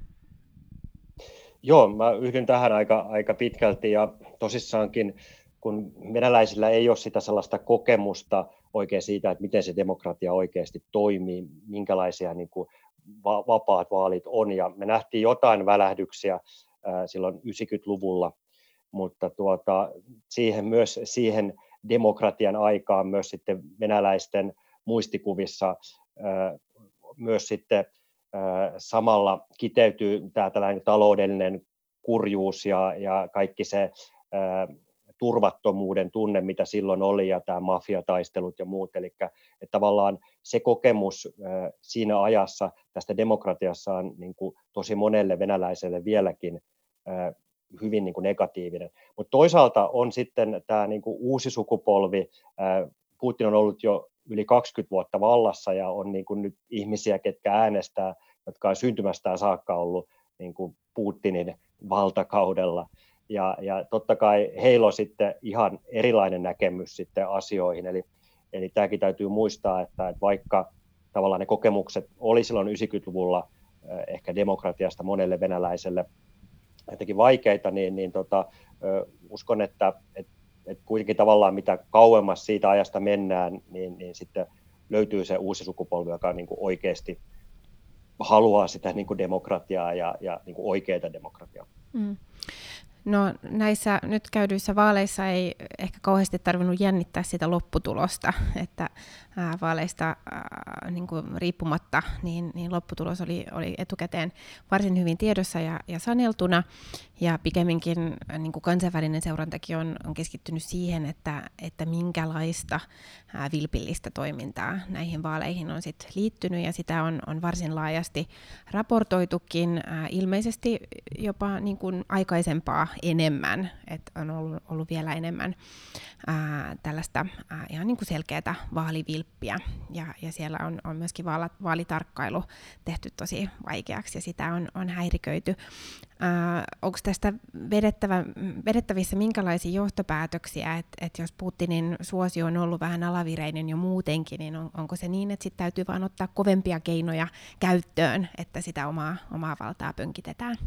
Joo, mä yhdyn tähän aika, aika pitkälti, ja tosissaankin, kun venäläisillä ei ole sitä sellaista kokemusta oikein siitä, että miten se demokratia oikeasti toimii, minkälaisia niin kuin va- vapaat vaalit on, ja me nähtiin jotain välähdyksiä ää, silloin yhdeksänkymmentäluvulla, mutta tuota, siihen myös siihen demokratian aikaan myös sitten venäläisten muistikuvissa ää, myös sitten ää, samalla kiteytyy tämä tällainen taloudellinen kurjuus ja, ja kaikki se ää, turvattomuuden tunne, mitä silloin oli, ja tämä mafiataistelut ja muut, eli että tavallaan se kokemus ää, siinä ajassa tästä demokratiassa on niin kuin tosi monelle venäläiselle vieläkin ää, hyvin niin kuin negatiivinen. Mutta toisaalta on sitten tämä niin kuin uusi sukupolvi, ää, Putin on ollut jo yli kaksikymmentä vuotta vallassa, ja on niin kuin nyt ihmisiä, ketkä äänestää, jotka on syntymästään saakka ollut niin kuin Putinin valtakaudella. Ja, ja totta kai heillä on sitten ihan erilainen näkemys sitten asioihin, eli, eli tämäkin täytyy muistaa, että, että vaikka tavallaan ne kokemukset oli silloin yhdeksänkymmentäluvulla ehkä demokratiasta monelle venäläiselle jotenkin vaikeita, niin, niin tota, uskon, että, että, että kuitenkin tavallaan mitä kauemmas siitä ajasta mennään, niin, niin sitten löytyy se uusi sukupolvi, joka niin kuin oikeasti haluaa sitä niin kuin demokratiaa ja, ja niin kuin oikeaa demokratiaa. Mm.
No näissä nyt käydyissä vaaleissa ei ehkä kauheasti tarvinnut jännittää sitä lopputulosta, että ää, vaaleista ää, niin kuin riippumatta niin, niin lopputulos oli, oli etukäteen varsin hyvin tiedossa ja, ja saneltuna, ja pikemminkin niin kuin kansainvälinen seurantakin on, on keskittynyt siihen, että, että minkälaista ää, vilpillistä toimintaa näihin vaaleihin on sit liittynyt, ja sitä on, on varsin laajasti raportoitukin, ää, ilmeisesti jopa niin kuin aikaisempaa enemmän, että on ollut, ollut vielä enemmän ää, tällaista ää, ihan niin kuin selkeätä vaalivilppiä, ja, ja siellä on, on myöskin vaala, vaalitarkkailu tehty tosi vaikeaksi, ja sitä on, on häiriköity. Ää, onko tästä vedettävä, vedettävissä minkälaisia johtopäätöksiä, että et jos Putinin suosio on ollut vähän alavireinen jo muutenkin, niin on, onko se niin, että sitten täytyy vain ottaa kovempia keinoja käyttöön, että sitä omaa, omaa valtaa pönkitetään?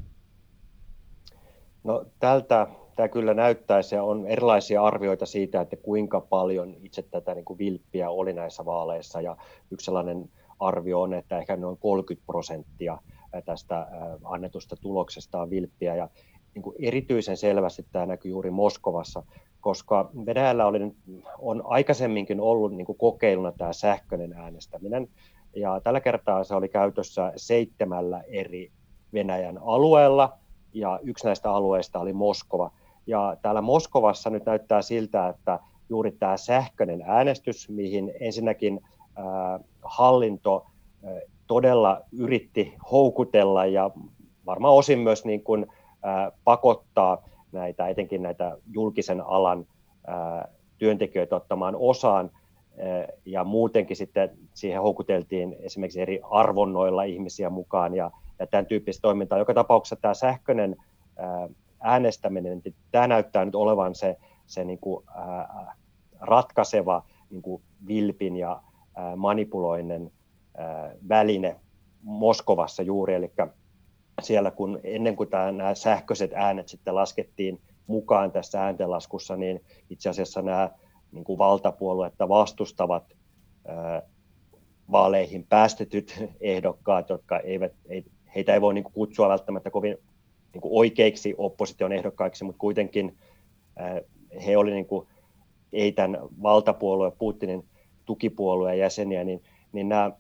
No tältä tämä kyllä näyttäisi, ja on erilaisia arvioita siitä, että kuinka paljon itse tätä niin kuin vilppiä oli näissä vaaleissa, ja yksi sellainen arvio on, että ehkä noin kolmekymmentä prosenttia tästä annetusta tuloksesta on vilppiä, ja niin kuin erityisen selvästi tämä näkyy juuri Moskovassa, koska Venäjällä oli, on aikaisemminkin ollut niin kuin kokeiluna tämä sähköinen äänestäminen, ja tällä kertaa se oli käytössä seitsemällä eri Venäjän alueella, ja yksi näistä alueista oli Moskova. Ja täällä Moskovassa nyt näyttää siltä, että juuri tämä sähköinen äänestys, mihin ensinnäkin äh, hallinto äh, todella yritti houkutella ja varmaan osin myös niin kuin, äh, pakottaa näitä, etenkin näitä julkisen alan äh, työntekijöitä ottamaan osaan, äh, ja muutenkin sitten siihen houkuteltiin esimerkiksi eri arvonnoilla ihmisiä mukaan, ja ja tämän tyyppistä toimintaa. Joka tapauksessa tämä sähköinen ää, äänestäminen, tämä näyttää nyt olevan se, se niin kuin, ää, ratkaiseva niin kuin vilpin ja ää, manipuloinen ää, väline Moskovassa juuri, eli siellä kun ennen kuin tämä, nämä sähköiset äänet sitten laskettiin mukaan tässä ääntenlaskussa, niin itse asiassa nämä niin kuin valtapuoluetta vastustavat ää, vaaleihin päästetyt ehdokkaat, jotka eivät, ei, heitä ei voi niin kuin kutsua välttämättä kovin niin kuin oikeiksi opposition ehdokkaiksi, mutta kuitenkin äh, he olivat niin kuin, ei tämän valtapuolueen, Putinin tukipuolueen jäseniä, niin, niin nämä,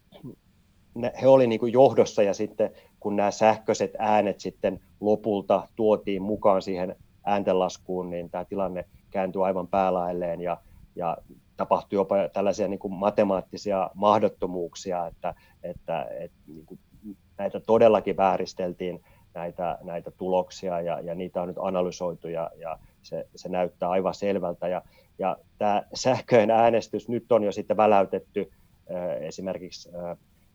he olivat niin kuin johdossa, ja sitten kun nämä sähköiset äänet sitten lopulta tuotiin mukaan siihen ääntenlaskuun, niin tämä tilanne kääntyi aivan päälailleen, ja, ja tapahtui jopa tällaisia niin kuin matemaattisia mahdottomuuksia, että, että, että niin kuin näitä todellakin vääristeltiin, näitä, näitä tuloksia, ja, ja niitä on nyt analysoitu, ja, ja se, se näyttää aivan selvältä. Ja, ja tämä sähköinen äänestys nyt on jo sitten väläytetty äh, esimerkiksi äh,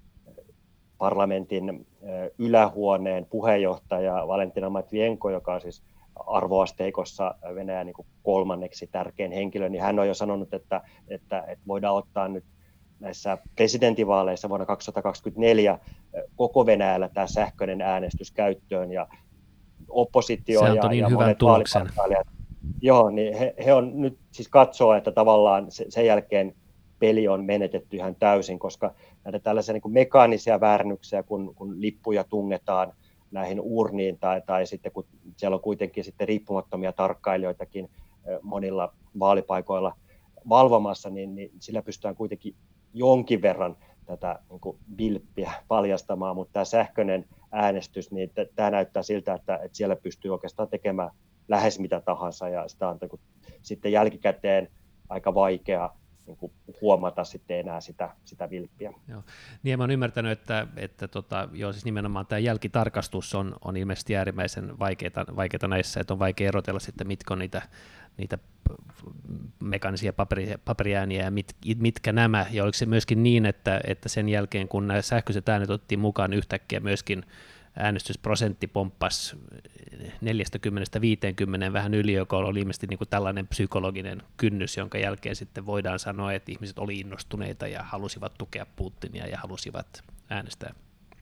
parlamentin äh, ylähuoneen puheenjohtaja Valentina Matvienko, joka on siis arvoasteikossa Venäjän niin kuin kolmanneksi tärkein henkilö, niin hän on jo sanonut, että, että, että voidaan ottaa nyt näissä presidentinvaaleissa vuonna kaksituhattakaksikymmentäneljä koko Venäjällä tämä sähköinen äänestys käyttöön, ja oppositio
se
ja,
niin
ja
hyvän
monet vaalipartailijat, joo, niin he, he on nyt siis katsoo, että tavallaan se, sen jälkeen peli on menetetty ihan täysin, koska näitä tällaisia niin kuin mekaanisia väärännyksiä, kun, kun lippuja tungetaan näihin urniin, tai, tai sitten kun siellä on kuitenkin sitten riippumattomia tarkkailijoitakin monilla vaalipaikoilla valvomassa, niin, niin sillä pystytään kuitenkin jonkin verran tätä niin kuin vilppiä paljastamaan, mutta tämä sähköinen äänestys, niin t- tämä näyttää siltä, että, että siellä pystyy oikeastaan tekemään lähes mitä tahansa, ja sitä on niin kuin, sitten jälkikäteen aika vaikea niin kuin huomata sitten enää sitä, sitä vilppiä.
Joo. Niin, mä oon ymmärtänyt, että, että tota, joo, siis nimenomaan tämä jälkitarkastus on, on ilmeisesti äärimmäisen vaikeita, vaikeita näissä, että on vaikea erotella sitten, mitkä on niitä, niitä mekaanisia paperi, paperiääniä ja mit, mitkä nämä, ja oliko se myöskin niin, että, että sen jälkeen, kun nämä sähköiset äänet otettiin mukaan yhtäkkiä myöskin äänestysprosentti pomppasi neljäkymmentä viisikymmentä vähän yli, joka oli ilmeisesti niin kuin tällainen psykologinen kynnys, jonka jälkeen sitten voidaan sanoa, että ihmiset oli innostuneita ja halusivat tukea Putinia ja halusivat äänestää.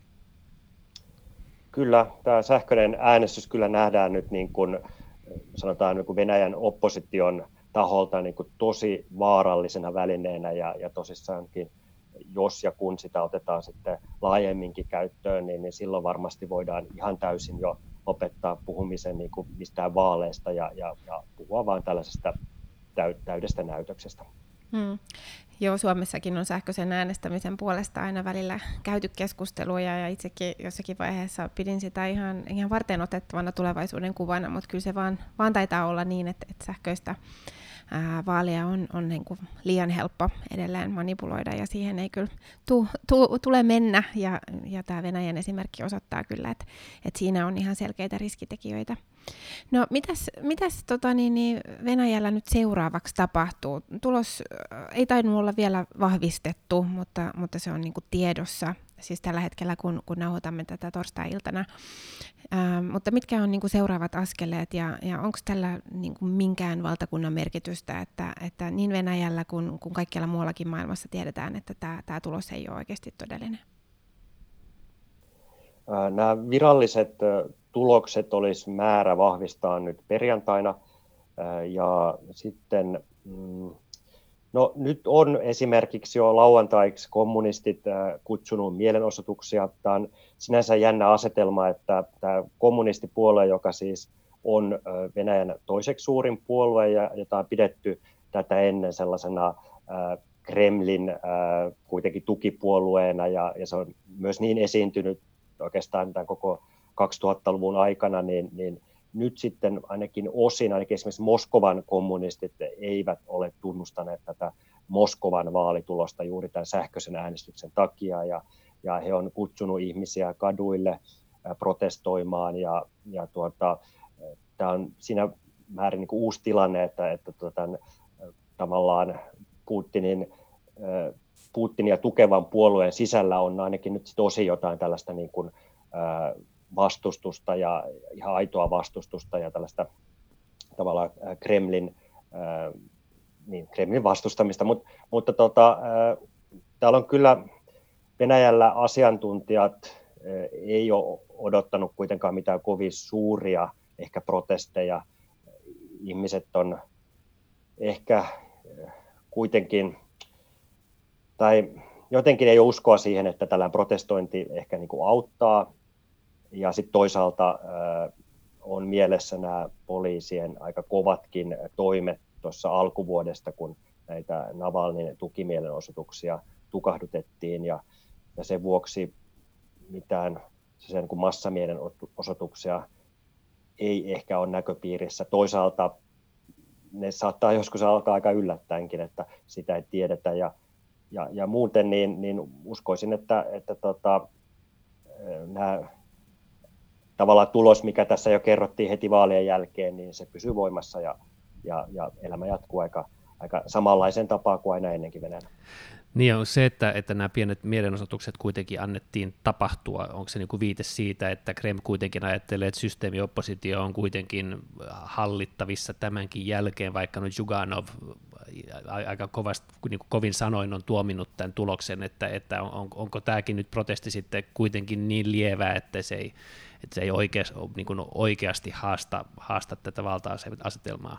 Kyllä, tämä sähköinen äänestys kyllä nähdään nyt niin kuin, sanotaan niin kuin Venäjän opposition taholta niin kuin tosi vaarallisena välineenä ja, ja tosissaankin, jos ja kun sitä otetaan sitten laajemminkin käyttöön, niin, niin silloin varmasti voidaan ihan täysin jo lopettaa puhumisen niin kuin mistään vaaleista ja, ja, ja puhua vain tällaisesta täy, täydestä näytöksestä.
Hmm. Joo, Suomessakin on sähköisen äänestämisen puolesta aina välillä käyty keskusteluja ja itsekin jossakin vaiheessa pidin sitä ihan, ihan varten otettavana tulevaisuuden kuvana, mutta kyllä se vaan, vaan taitaa olla niin, että, että sähköistä ää, vaalia on, on niin kuin liian helppo edelleen manipuloida ja siihen ei kyllä tu, tu, tule mennä ja, ja tämä Venäjän esimerkki osoittaa kyllä, että, että siinä on ihan selkeitä riskitekijöitä. No mitäs, mitäs tota, niin, niin Venäjällä nyt seuraavaksi tapahtuu? Tulos ei tainnut olla vielä vahvistettu, mutta, mutta se on niin kuin tiedossa, siis tällä hetkellä kun, kun nauhoitamme tätä torstai-iltana. Ähm, mutta mitkä on niin kuin seuraavat askeleet ja, ja onko tällä niin kuin minkään valtakunnan merkitystä, että, että niin Venäjällä kuin, kuin kaikkialla muuallakin maailmassa tiedetään, että tämä, tämä tulos ei ole oikeasti todellinen?
Nämä viralliset tulokset olisi määrä vahvistaa nyt perjantaina ja sitten no, nyt on esimerkiksi jo lauantaiksi kommunistit kutsunut mielenosoituksia. Tämä on sinänsä jännä asetelma, että tämä kommunistipuolue, joka siis on Venäjän toiseksi suurin puolue ja jota on pidetty tätä ennen sellaisena Kremlin kuitenkin tukipuolueena ja, ja se on myös niin esiintynyt oikeastaan tämän koko kaksituhattaluvun aikana, niin, niin nyt sitten ainakin osin, ainakin esimerkiksi Moskovan kommunistit eivät ole tunnustaneet tätä Moskovan vaalitulosta juuri tämän sähköisen äänestyksen takia, ja, ja he on kutsunut ihmisiä kaduille protestoimaan, ja, ja tuota, tämä on siinä määrin niin kuin uusi tilanne, että, että tuota, tavallaan Putinin Putinia tukevan puolueen sisällä on ainakin nyt tosi jotain tällaista niin kuin, ää, vastustusta ja ihan aitoa vastustusta ja tällaista tavallaan Kremlin, ää, niin, Kremlin vastustamista, Mut, mutta tota, ää, täällä on kyllä Venäjällä asiantuntijat ää, ei ole odottanut kuitenkaan mitään kovin suuria ehkä protesteja. Ihmiset on ehkä ää, kuitenkin tai jotenkin ei ole uskoa siihen, että tällainen protestointi ehkä niin kuin auttaa. Ja sitten toisaalta äh, on mielessä nämä poliisien aika kovatkin toimet tuossa alkuvuodesta, kun näitä Navalnin tukimielenosoituksia tukahdutettiin. Ja, ja sen vuoksi mitään niin kuin massamielenosoituksia ei ehkä ole näköpiirissä. Toisaalta ne saattaa joskus alkaa aika yllättäenkin, että sitä ei tiedetä. Ja Ja, ja muuten niin, niin uskoisin, että, että tota, nämä, tavallaan tulos, mikä tässä jo kerrottiin heti vaalien jälkeen, niin se pysyy voimassa ja, ja, ja elämä jatkuu aika, aika samanlaisen tapaan kuin aina ennenkin Venäjällä.
Niin on se, että, että nämä pienet mielenosoitukset kuitenkin annettiin tapahtua. Onko se niin kuin viite siitä, että Kreml kuitenkin ajattelee, että systeemioppositio on kuitenkin hallittavissa tämänkin jälkeen, vaikka nyt Juganov aika kovasti, niin kuin kovin sanoin on tuominnut tämän tuloksen, että, että on, onko tämäkin nyt protesti sitten kuitenkin niin lievää, että se ei, että se ei oikeasti, niin kuin oikeasti haasta, haasta tätä valta-asetelmaa?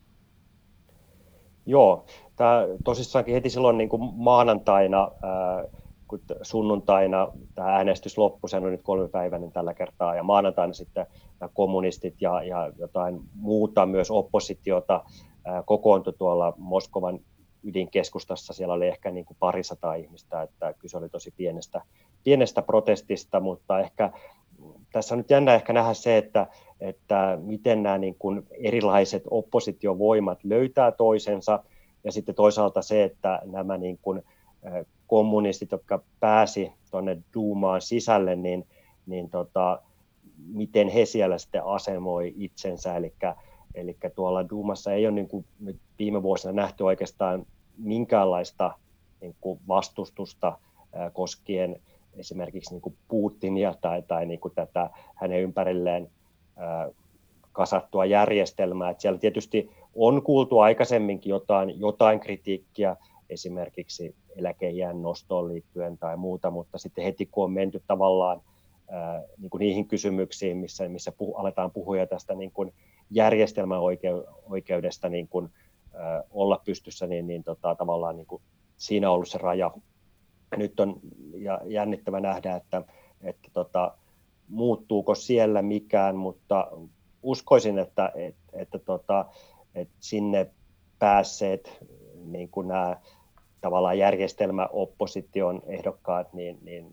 Joo, tämä tosissaankin heti silloin niin kuin maanantaina, ää, kun sunnuntaina tämä äänestys loppui, se on nyt kolmipäiväinen tällä kertaa, ja maanantaina sitten nämä kommunistit ja, ja jotain muuta myös oppositiota ää, kokoontui tuolla Moskovan ydinkeskustassa. Siellä oli ehkä niin kuin parisataa ihmistä, että kyse oli tosi pienestä, pienestä protestista, mutta ehkä tässä on nyt jännä ehkä nähdä se, että, että miten nämä niin kuin erilaiset oppositiovoimat löytää toisensa, ja sitten toisaalta se, että nämä niin kuin kommunistit, jotka pääsi tuonne Duumaan sisälle, niin, niin tota, miten he siellä sitten asemoi itsensä, eli, eli tuolla Duumassa ei ole niin kuin nyt viime vuosina nähty oikeastaan minkäänlaista niin kuin vastustusta ää, koskien esimerkiksi niin kuin Putinia tai, tai niin kuin tätä hänen ympärilleen ää, kasattua järjestelmää. Et siellä tietysti on kuultu aikaisemminkin jotain, jotain kritiikkiä, esimerkiksi eläkeiän nostoon liittyen tai muuta, mutta sitten heti kun on menty tavallaan ää, niin kuin niihin kysymyksiin, missä, missä puh, aletaan puhua tästä niin kuin järjestelmän oikeudesta niin kuin, ää, olla pystyssä, niin, niin tota, tavallaan niin kuin siinä on ollut se raja. Nyt on jännittävä nähdä, että, että tota, muuttuuko siellä mikään, mutta uskoisin, että, että, että, tota, että sinne päässeet niin kuin nämä tavallaan järjestelmäopposition ehdokkaat, niin, niin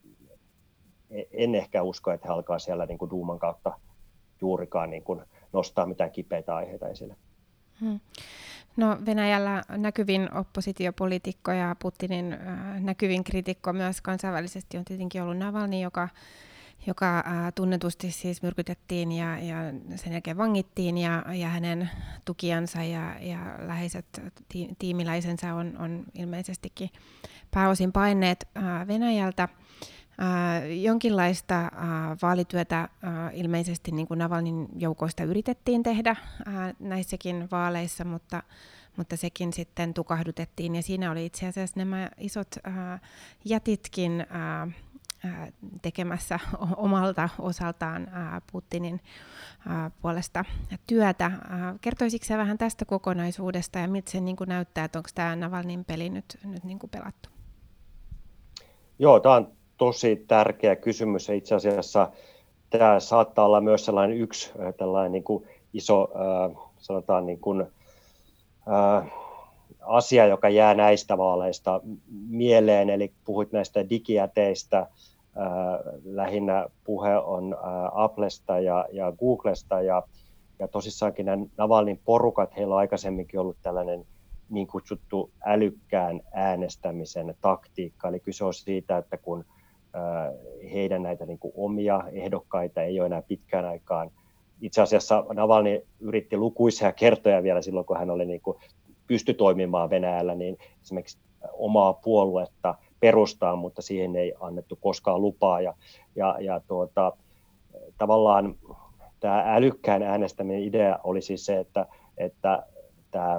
en ehkä usko, että he alkaa siellä niin kuin Duuman kautta juurikaan niin kuin nostaa mitään kipeitä aiheita esille.
Hmm. No Venäjällä näkyvin oppositiopoliitikko ja Putinin äh, näkyvin kriitikko myös kansainvälisesti on tietenkin ollut Navalny, joka, joka äh, tunnetusti siis myrkytettiin ja, ja sen jälkeen vangittiin ja, ja hänen tukijansa ja, ja läheiset ti, tiimiläisensä on, on ilmeisestikin pääosin paineet äh, Venäjältä. Äh, jonkinlaista äh, vaalityötä äh, ilmeisesti niin kuin Navalnyn joukoista yritettiin tehdä äh, näissäkin vaaleissa, mutta, mutta sekin sitten tukahdutettiin. Ja siinä oli itse asiassa nämä isot äh, jätitkin äh, äh, tekemässä omalta osaltaan äh, Putinin äh, puolesta työtä. Äh, kertoisitko sä vähän tästä kokonaisuudesta ja miltä se niin kuin näyttää, että onko tämä Navalnyn peli nyt, nyt niin kuin pelattu?
Joo, tämä on tosi tärkeä kysymys, ja itse asiassa tämä saattaa olla myös sellainen yksi tällainen niin kuin iso äh, sanotaan niin kuin, äh, asia, joka jää näistä vaaleista mieleen, eli puhuit näistä digijäteistä, äh, lähinnä puhe on äh, Applesta ja, ja Googlesta, ja, ja tosissaankin nämä Navalnyn porukat, heillä on aikaisemminkin ollut tällainen niin kutsuttu älykkään äänestämisen taktiikka, eli kyse on siitä, että kun heidän näitä niin kuin omia ehdokkaita ei ole enää pitkään aikaan. Itse asiassa Navalny yritti lukuisia kertoja vielä silloin, kun hän oli niin kuin pysty toimimaan Venäjällä, niin esimerkiksi omaa puoluetta perustaa, mutta siihen ei annettu koskaan lupaa. Ja, ja, ja tuota, tavallaan tämä älykkään äänestäminen idea oli siis se, että, että tämä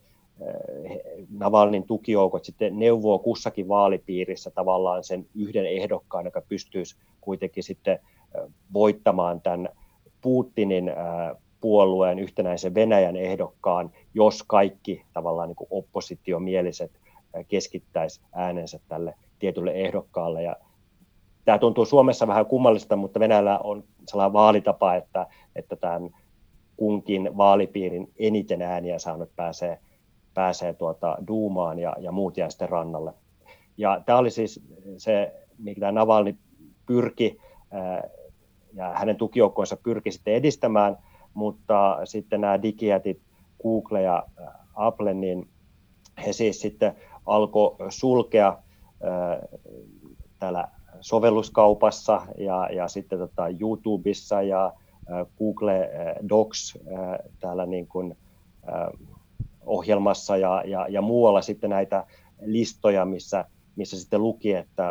Navalnyn tukijoukot sitten neuvoo kussakin vaalipiirissä tavallaan sen yhden ehdokkaan, joka pystyisi kuitenkin sitten voittamaan tämän Putinin puolueen yhtenäisen Venäjän ehdokkaan, jos kaikki tavallaan niin kuin oppositiomieliset keskittäisi äänensä tälle tietylle ehdokkaalle. Ja tämä tuntuu Suomessa vähän kummalliselta, mutta Venäjällä on sellainen vaalitapa, että, että tämän kunkin vaalipiirin eniten ääniä saanut pääsee pääsee tuota Duumaan ja, ja muut jää sitten rannalle. Ja tämä oli siis se, mitä Navalny pyrki ää, ja hänen tukijoukkoinsa pyrki sitten edistämään, mutta sitten nämä digijätit Google ja Apple, niin he siis sitten alkoi sulkea ää, täällä sovelluskaupassa ja, ja sitten tota YouTubessa ja ää, Google Docs ää, täällä niin kuin, ää, ohjelmassa ja, ja, ja muualla sitten näitä listoja, missä, missä sitten luki, että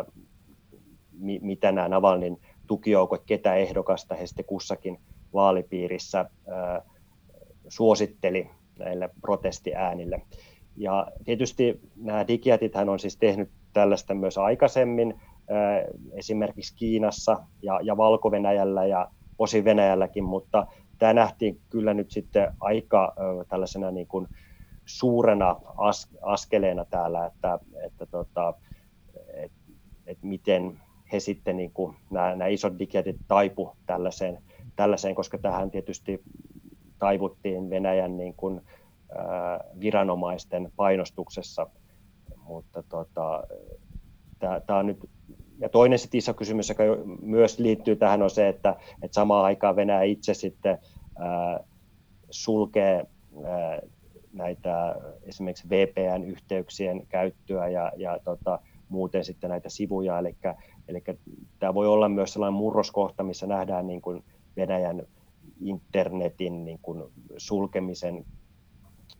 mi, mitä nämä Navalnyn tukijoukot, ketä ehdokasta he sitten kussakin vaalipiirissä ää, suositteli näille protestiäänille. Ja tietysti nämä digijätithän on siis tehnyt tällaista myös aikaisemmin, ää, esimerkiksi Kiinassa ja, ja Valko-Venäjällä ja osin Venäjälläkin, mutta tämä nähtiin kyllä nyt sitten aika ää, tällaisena niin kuin suurena as, askeleena täällä, että, että tota, et, et miten he sitten, niin kuin, nämä, nämä isot digijätit taipu tällaiseen, tällaiseen, koska tähän tietysti taivuttiin Venäjän niin kuin, ää, viranomaisten painostuksessa, mutta tota, tämä on nyt, ja toinen sitten iso kysymys, joka myös liittyy tähän, on se, että, että samaan aikaan Venäjä itse sitten ää, sulkee ää, näitä esimerkiksi V P N-yhteyksien käyttöä ja, ja tota, muuten sitten näitä sivuja, eli, eli tämä voi olla myös sellainen murroskohta, missä nähdään niin kuin Venäjän internetin niin kuin sulkemisen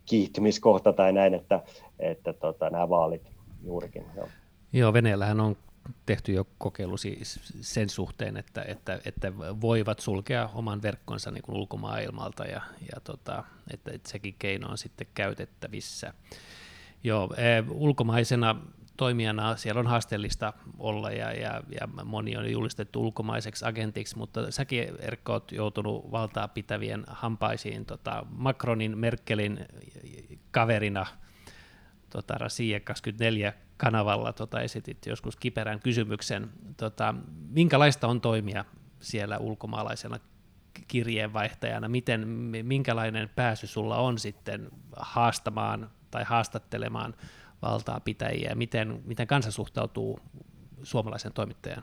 kiihtymiskohta tai näin, että, että tota, nämä vaalit juurikin. Joo.
Joo, Venäjällähän on tehty jo kokeilu sen suhteen, että, että, että voivat sulkea oman verkkonsa niin kuin ulkomaailmalta, ja, ja tota, että, että sekin keino on sitten käytettävissä. Joo, ulkomaisena toimijana siellä on haasteellista olla, ja, ja, ja moni on julistettu ulkomaiseksi agentiksi, mutta säkin, Erkka, olet joutunut valtaa pitävien hampaisiin tota, Macronin, Merkelin kaverina tota, Rosia kaksikymmentäneljä kanavalla tota, esitit joskus kiperän kysymyksen. Tota, minkälaista on toimia siellä ulkomaalaisena kirjeenvaihtajana? Miten, minkälainen pääsy sulla on sitten haastamaan tai haastattelemaan valtaa pitäjiä? Miten, miten kansa suhtautuu suomalaisen toimittajan?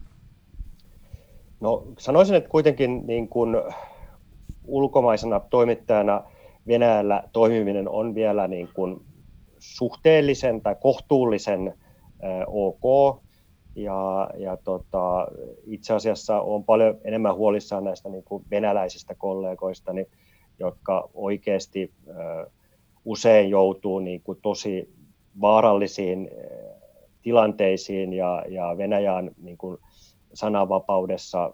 No, sanoisin, että kuitenkin niin kuin ulkomaisena toimittajana Venäjällä toimiminen on vielä niin kuin suhteellisen tai kohtuullisen äh, ok, ja, ja tota, itse asiassa olen paljon enemmän huolissaan näistä niin kuin venäläisistä kollegoistani, jotka oikeasti äh, usein joutuu niin kuin tosi vaarallisiin äh, tilanteisiin, ja, ja Venäjän niin kuin sananvapaudessa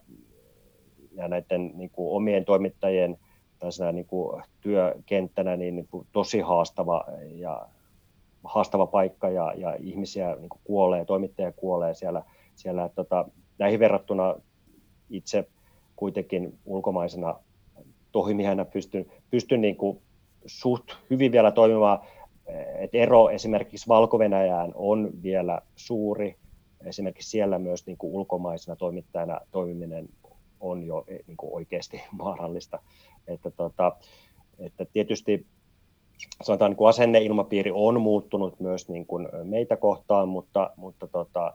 ja näiden niin kuin omien toimittajien niin kuin työkenttänä niin, niin kuin tosi haastava ja haastava paikka, ja, ja ihmisiä niin kuin kuolee, toimittajia kuolee siellä. siellä tota, näihin verrattuna itse kuitenkin ulkomaisena toimijana pystyn, pystyn niin kuin suht hyvin vielä toimimaan. Et ero esimerkiksi Valko-Venäjään on vielä suuri. Esimerkiksi siellä myös niin kuin ulkomaisena toimittajana toimiminen on jo niin kuin oikeasti vaarallista. Että, tota, että tietysti sanotaan, niin kuin asenneilmapiiri on muuttunut myös niin kuin meitä kohtaan, mutta, mutta tota,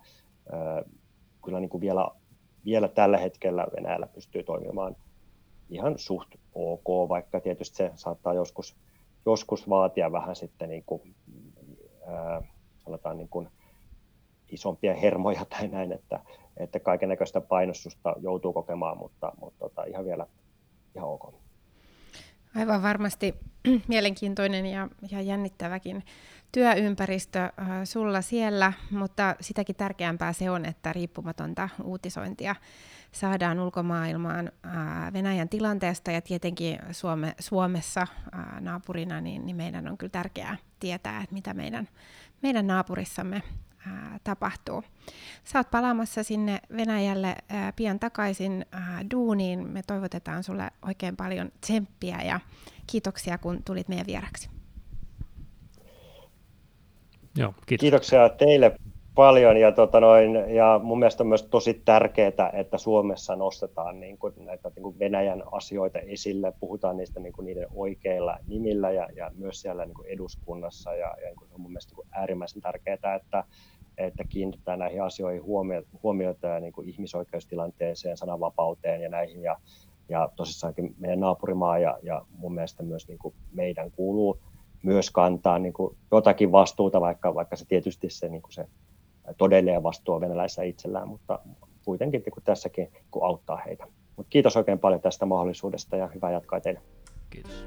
kyllä niin kuin vielä, vielä tällä hetkellä Venäjällä pystyy toimimaan ihan suht ok, vaikka tietysti se saattaa joskus, joskus vaatia vähän sitten niin kuin, ää, sanotaan niin kuin isompia hermoja tai näin, että, että kaikennäköistä painostusta joutuu kokemaan, mutta, mutta tota, ihan vielä ihan ok.
Aivan varmasti mielenkiintoinen ja, ja jännittäväkin työympäristö äh, sulla siellä, mutta sitäkin tärkeämpää se on, että riippumatonta uutisointia saadaan ulkomaailmaan äh, Venäjän tilanteesta, ja tietenkin Suome, Suomessa äh, naapurina niin, niin meidän on kyllä tärkeää tietää, että mitä meidän, meidän naapurissamme Ää, tapahtuu. Sä oot palaamassa sinne Venäjälle ää, pian takaisin ää, duuniin. Me toivotetaan sulle oikein paljon tsemppiä ja kiitoksia, kun tulit meidän vieraksi.
Joo, kiitos.
Kiitoksia teille paljon, ja, tota noin, ja mun mielestä on myös tosi tärkeää, että Suomessa nostetaan niin kuin näitä niin kuin Venäjän asioita esille, puhutaan niistä niin kuin niiden oikeilla nimillä, ja, ja myös siellä niin kuin eduskunnassa, ja, ja niin kuin se on mun mielestä niin kuin äärimmäisen tärkeää, että, että kiinnitetään näihin asioihin huomiota ja niin kuin ihmisoikeustilanteeseen, sananvapauteen ja näihin, ja, ja tosissaankin meidän naapurimaa, ja, ja mun mielestä myös niin kuin meidän kuuluu myös kantaa niin kuin jotakin vastuuta, vaikka, vaikka se tietysti se, niin kuin se todellinen vastuu on venäläisessä itsellään, mutta kuitenkin niin kuin tässäkin niin kuin auttaa heitä. Mut kiitos oikein paljon tästä mahdollisuudesta, ja hyvää jatkoa teille.
Kiitos.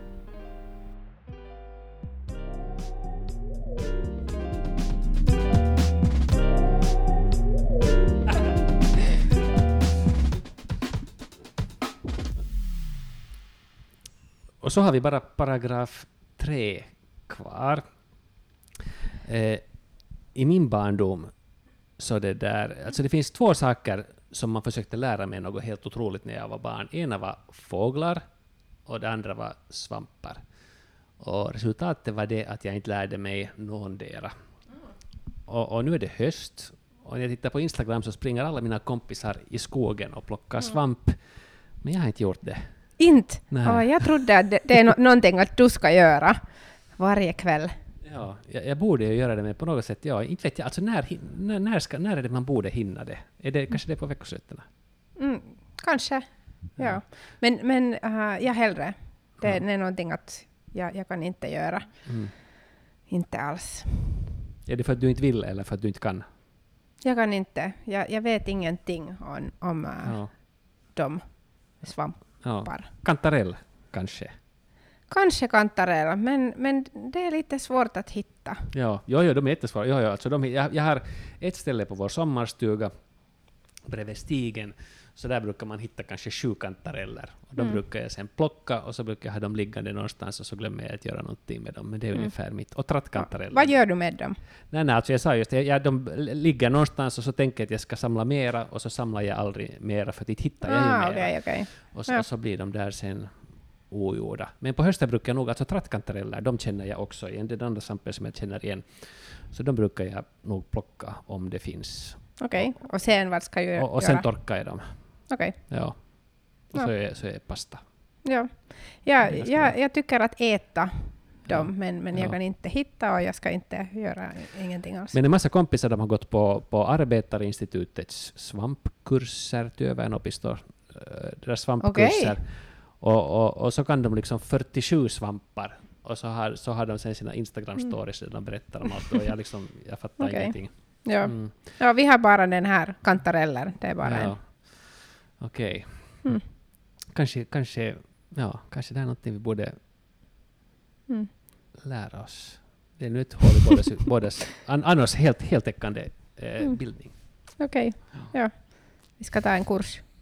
Och så har vi bara paragraf tre kvar. Eh, I min barndom så det där, alltså det finns två saker som man försökte lära mig något helt otroligt när jag var barn. Ena var fåglar och det andra var svampar. Och resultatet var det att jag inte lärde mig någondera. Och, och nu är det höst, och när jag tittar på Instagram så springer alla mina kompisar i skogen och plockar svamp. Men jag har inte gjort det.
Inte? Oh, jag trodde att det, det är no- någonting att du ska göra varje kväll.
Ja, jag, jag borde ju göra det, men på något sätt, ja, inte vet jag, alltså när, när, när, ska, när är det man borde hinna det? Är det kanske det på veckoslutten?
Mm, kanske, ja. ja. Men, men uh, jag hellre. Det, ja. det är någonting att jag, jag kan inte göra. Mm. Inte alls.
Är det för att du inte vill eller för att du inte kan?
Jag kan inte. Jag, jag vet ingenting om, om uh, ja. de svampar.
Ja. Kantarell kanske?
kanske kantareller, men, men det är lite svårt att hitta.
Ja, jo, jo, de är jättesvåra. Jo, jo, alltså de, jag, jag har ett ställe på vår sommarstuga bredvid stigen, så där brukar man hitta kanske sju kantareller. Och de mm. brukar jag sen plocka, och så brukar jag ha dem liggande någonstans, och så glömmer jag att göra någonting med dem. Men det är mm. ungefär mitt. Och trattkantareller.
Ja. Vad gör du med dem?
Nej, nej, alltså jag sa just det, jag, de ligger någonstans, och så tänker jag att jag ska samla mera, och så samlar jag aldrig mera, för att inte hittar jag
ah,
ju mera.
Okay, okay.
Och, så,
ja.
och så blir de där sen ogjorda. Men på hösten brukar jag nog, alltså trattkantareller, de känner jag också igen. Det är den andra svampen som jag känner igen. Så de brukar jag nog plocka om det finns.
Okej, okay. och sen vad ska du
och, och sen torkar jag dem.
Okej. Okay.
Ja. Och
ja.
så är, så är pasta.
Ja, ja jag, jag tycker att äta dem,
ja.
men, men jag ja. kan inte hitta, och jag ska inte göra ingenting alls.
Men en massa kompisar de har gått på, på Arbetarinstitutets svampkurser, Työvärnopistor, deras svampkurser. Okay. Och, och, och så kan de liksom fyrtiosju svampar, och så har, så har de sen sina Instagram-stories där de berättar om allt, och jag, liksom, jag fattar okay. ingenting.
Ja.
Mm.
ja, vi har bara den här kantareller, det är bara
ja.
en.
Okej. Okay.
Mm.
Kanske, kanske, ja, kanske det är någonting vi borde
mm.
lära oss. Det är nu ett hål i bådas, bådas an, annars helt heltäckande eh,
mm.
bildning.
Okej, okay. ja. Vi ska ta en kurs.